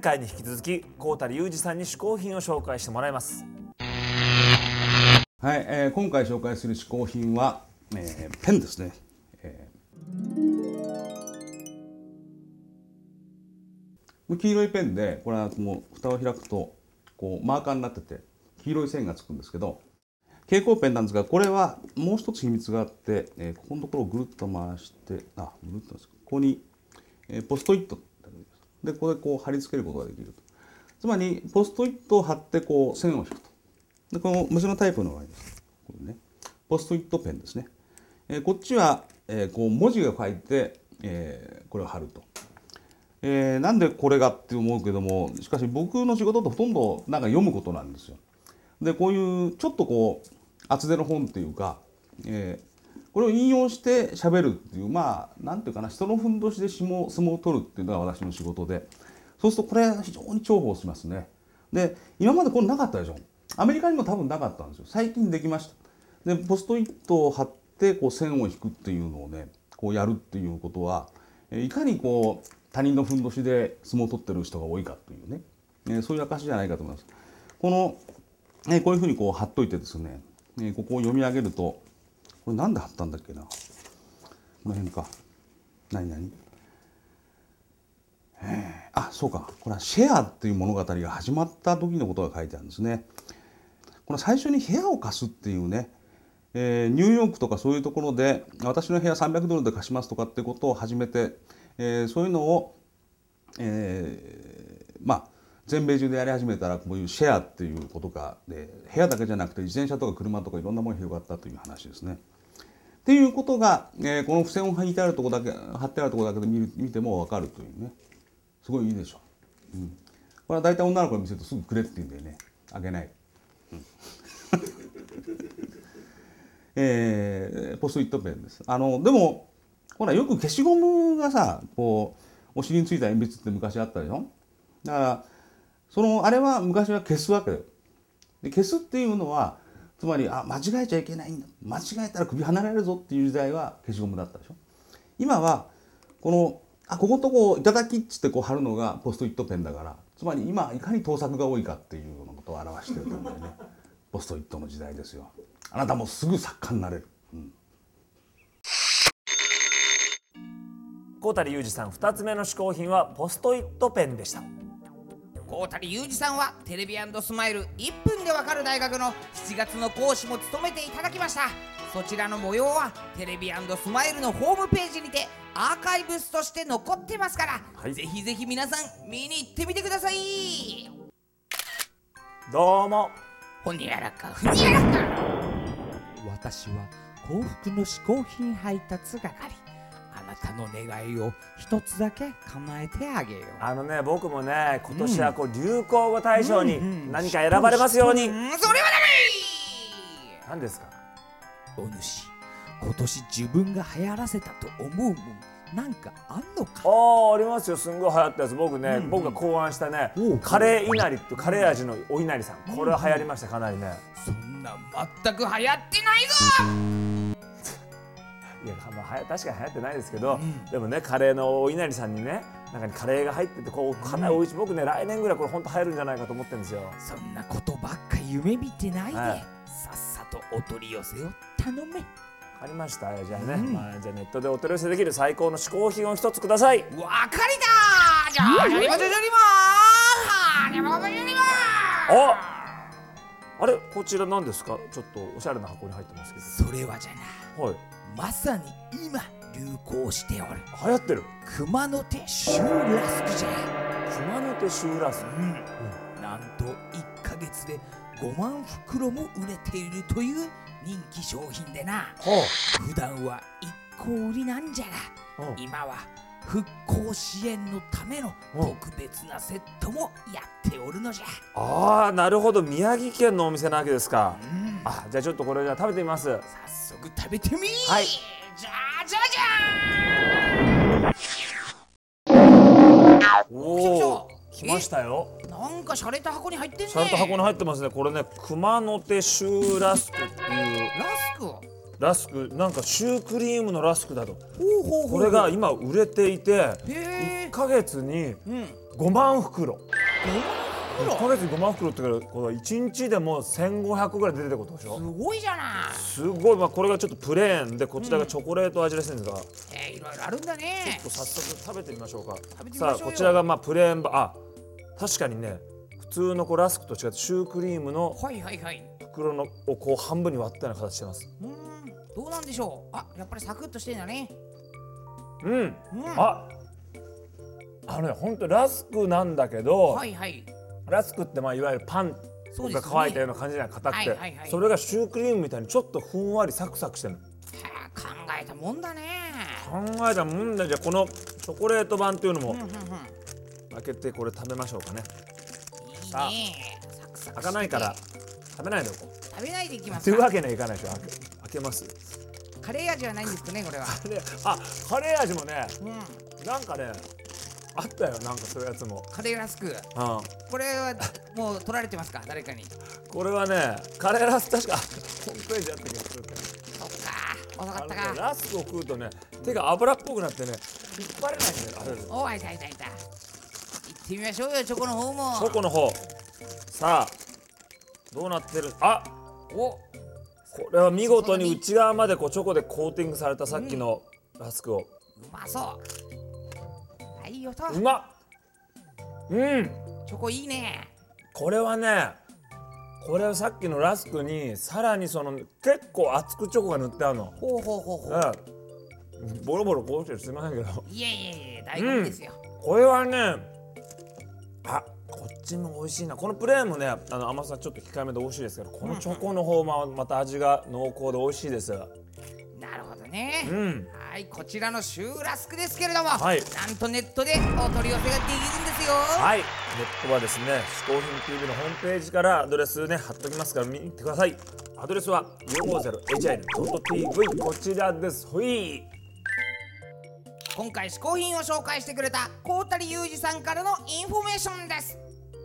回に引き続き幸谷雄二さんに嗜好品を紹介してもらいます。 はい、今回紹介する嗜好品は、ペンですね。黄色いペンで、これはもう蓋を開くとこうマーカーになってて黄色い線がつくんですけど、蛍光ペンなんですが、これはもう一つ秘密があって、ここのところをぐるっと回して、ぐるっとです、ここに、ポストイットでここでこう貼り付けることができると。つまりポストイットを貼ってこう線を引くと。でこの虫のタイプの場合です。これね、ポストイットペンですね。こっちは、こう文字が書いて、これを貼ると。なんでこれがって思うけども、しかし僕の仕事ってほとんどなんか読むことなんですよ。でこういうちょっとこう厚手の本っていうか、これを引用して喋るっていう、まあなんていうかな、人のふんどしで相撲を取るっていうのが私の仕事で、そうするとこれ非常に重宝しますね。で今までこれなかったでしょ。アメリカにも多分なかったんですよ。最近できました。でポストイットを貼ってこう線を引くっていうのをね、こうやるっていうことは、いかにこう他人のふんどしで相撲を取ってる人が多いかというね、そういう証じゃないかと思います。このこういうふうにこう貼っといてですね、ここを読み上げると、これなんで貼ったんだっけな、この辺か、何そうか、これはシェアっていう物語が始まった時のことが書いてあるんですね。この最初に部屋を貸すっていうね、ニューヨークとかそういうところで私の部屋$300で貸しますとかってことを始めて、そういうのを、全米中でやり始めたら、こういうシェアっていうことがで、部屋だけじゃなくて自転車とか車とかいろんなものが広がったという話ですね。っていうことが、この付箋を貼ってあるところだけで見ても分かるというね、すごいいいでしょ。これは大体女の子に見せるとすぐくれって言うんでね、あげない。ポストイットペンです。でもほら、よく消しゴムがさ、こうお尻についた鉛筆って昔あったでしょ。だからあれは昔は消すわけだよ。で消すっていうのは、つまり間違えちゃいけないんだ、間違えたら首離れるぞっていう時代は消しゴムだったでしょ。今はこことこういただきっつってこう貼るのがポストイットペンだから、つまり今いかに盗作が多いかっていうようなことを表していると思うんだよね。ポストイットの時代ですよ。あなたもすぐ作家になれる。 幸谷雄二さん、2つ目の嗜好品はポストイットペンでした。 幸谷雄二さんはテレビ&スマイル1分でわかる大学の7月の講師も務めていただきました。そちらの模様はテレビ&スマイルのホームページにてアーカイブスとして残ってますから、ぜひぜひ皆さん見に行ってみてください。 どうも、 ほにゃらかふにゃらか。 私は幸福の嗜好品配達係。あなたの願いを一つだけ叶えてあげよう。 僕もね、今年はこう流行語大賞に何か選ばれますように。 それはダメ。 何ですか。 お主、今年自分が流行らせたと思うもんなんかあんのか。 ありますよ。すんごい流行ったやつ。僕が考案したね、カレーいなりってカレー味のお稲荷さん、これは流行りました。かなりね。 そんな全く流行ってないぞ。 いや、確かに流行ってないですけど、でもね、カレーのお稲荷さんにね、中にカレーが入ってて、こうかなりおいしい。僕ね、来年ぐらいこれ本当流行るんじゃないかと思ってるんですよ。 そんなことばっか夢見てないで、さっさとお取り寄せを頼め。 わかりましたよ。じゃあね、じゃあネットでお取り寄せできる最高の嗜好品を一つください。 わかりだ。じゃああれ、こちら何ですか。ちょっとおしゃれな箱に入ってますけど。 それはじゃな、 はい、 まさに今流行しておる流行ってる熊の手シューラスクじゃ。 熊の手シューラスク、 なんと1ヶ月で5万袋も売れているという人気商品でな。普段は1個売りなんじゃが、今は復興支援のための特別なセットもやっておるのじゃ。 なるほど。宮城県のお店なわけですか。じゃあちょっとこれじゃあ食べてみます。 早速食べてみ。 はい。 じゃー。 おー、来ましたよ。 なんか洒落た箱に入ってんね。 洒落た箱に入ってますね。これね、熊の手シューラスクっていうラスク、なんかシュークリームのラスクだと。これが今売れていて、1ヶ月に 5万袋。 5万 1ヶ月に5万袋ってことは1日でも1500ぐらい出てるってことでしょ。 すごいじゃない。 すごい。まあこれがちょっとプレーンで、こちらがチョコレート味らしいんですが、 いろいろあるんだね。 早速食べてみましょうか。 食べてみましょうよさあこちらがまあプレーン確かにね、普通のラスクと違ってシュークリームのはいはいはい。 袋のをこう半分に割ったような形してます。 どうなんでしょう。やっぱりサクッとしてんだね。 ほんとラスクなんだけど、 はいはい。 ラスクってまあいわゆるパンが乾いたような感じじゃない、硬くて、 はいはいはいそれがシュークリームみたいにちょっとふんわりサクサクしてるの。 考えたもんだね。 考えたもんだ。じゃあこのチョコレート版っていうのも開けてこれ食べましょうかね。 いいね。サクサクして開かないから食べないでおこう。 食べないでいきますというか。 わけにはいかないでしょ。開けます。 カレー味はないんですかね、これは。 カレー味もね、なんかねあったよ。なんかそういうやつも。 カレーラスク。これはもう取られてますか、誰かに。 これはね、カレーラスク確かホームページやった気がする。 そっか、遅かったか。 ラスクを食うとね、手が油っぽくなってね、引っ張れないんだよ。 おい、いた。行ってみましょうよ、チョコの方も。 チョコの方。さあどうなってる。これは見事に内側までこうチョコでコーティングされたさっきのラスクを。 うまそう。いい音。 うまっ。 チョコいいね。 これはね、これはさっきのラスクにさらにその結構厚くチョコが塗ってあるの。 ほう。 ボロボロこうしてすみませんけど、 いえ、大丈夫ですよ。 これはね、こっちも美味しいな。このプレーンもね、甘さちょっと控えめで美味しいですけど、このチョコの方もまた味が濃厚で美味しいです。 なるほどね。はい、こちらのシューラスクですけれども、なんとネットでお取り寄せができるんですよ。 はい、ネットはですね、嗜好品 TV のホームページからアドレスね貼っときますから見てください。アドレスは 450agile.tv、 こちらです。ほい。 今回嗜好品を紹介してくれた幸谷裕二さんからのインフォメーションです。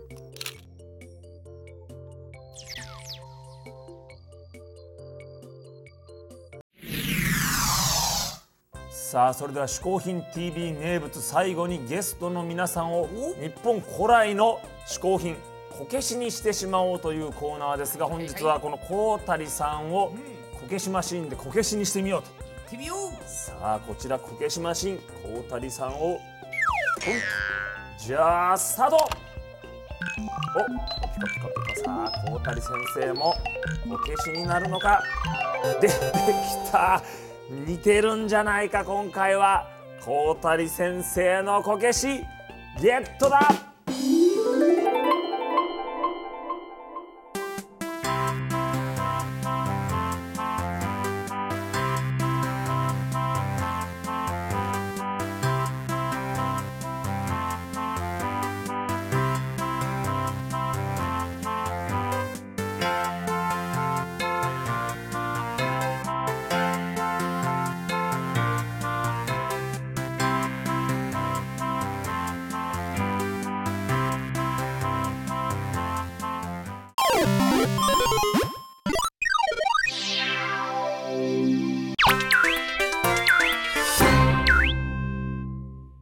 さあそれでは嗜好品 TV 名物、最後にゲストの皆さんを日本古来の嗜好品こけしにしてしまおうというコーナーですが、本日はこの幸谷さんをこけしマシーンでこけしにしてみようと。さあこちらこけしマシーン幸谷さんを、じゃあスタート。ピカピカ。さあ幸谷先生もこけしになるのか。出てきた。似てるんじゃないか。今回は幸谷先生のこけしゲットだ。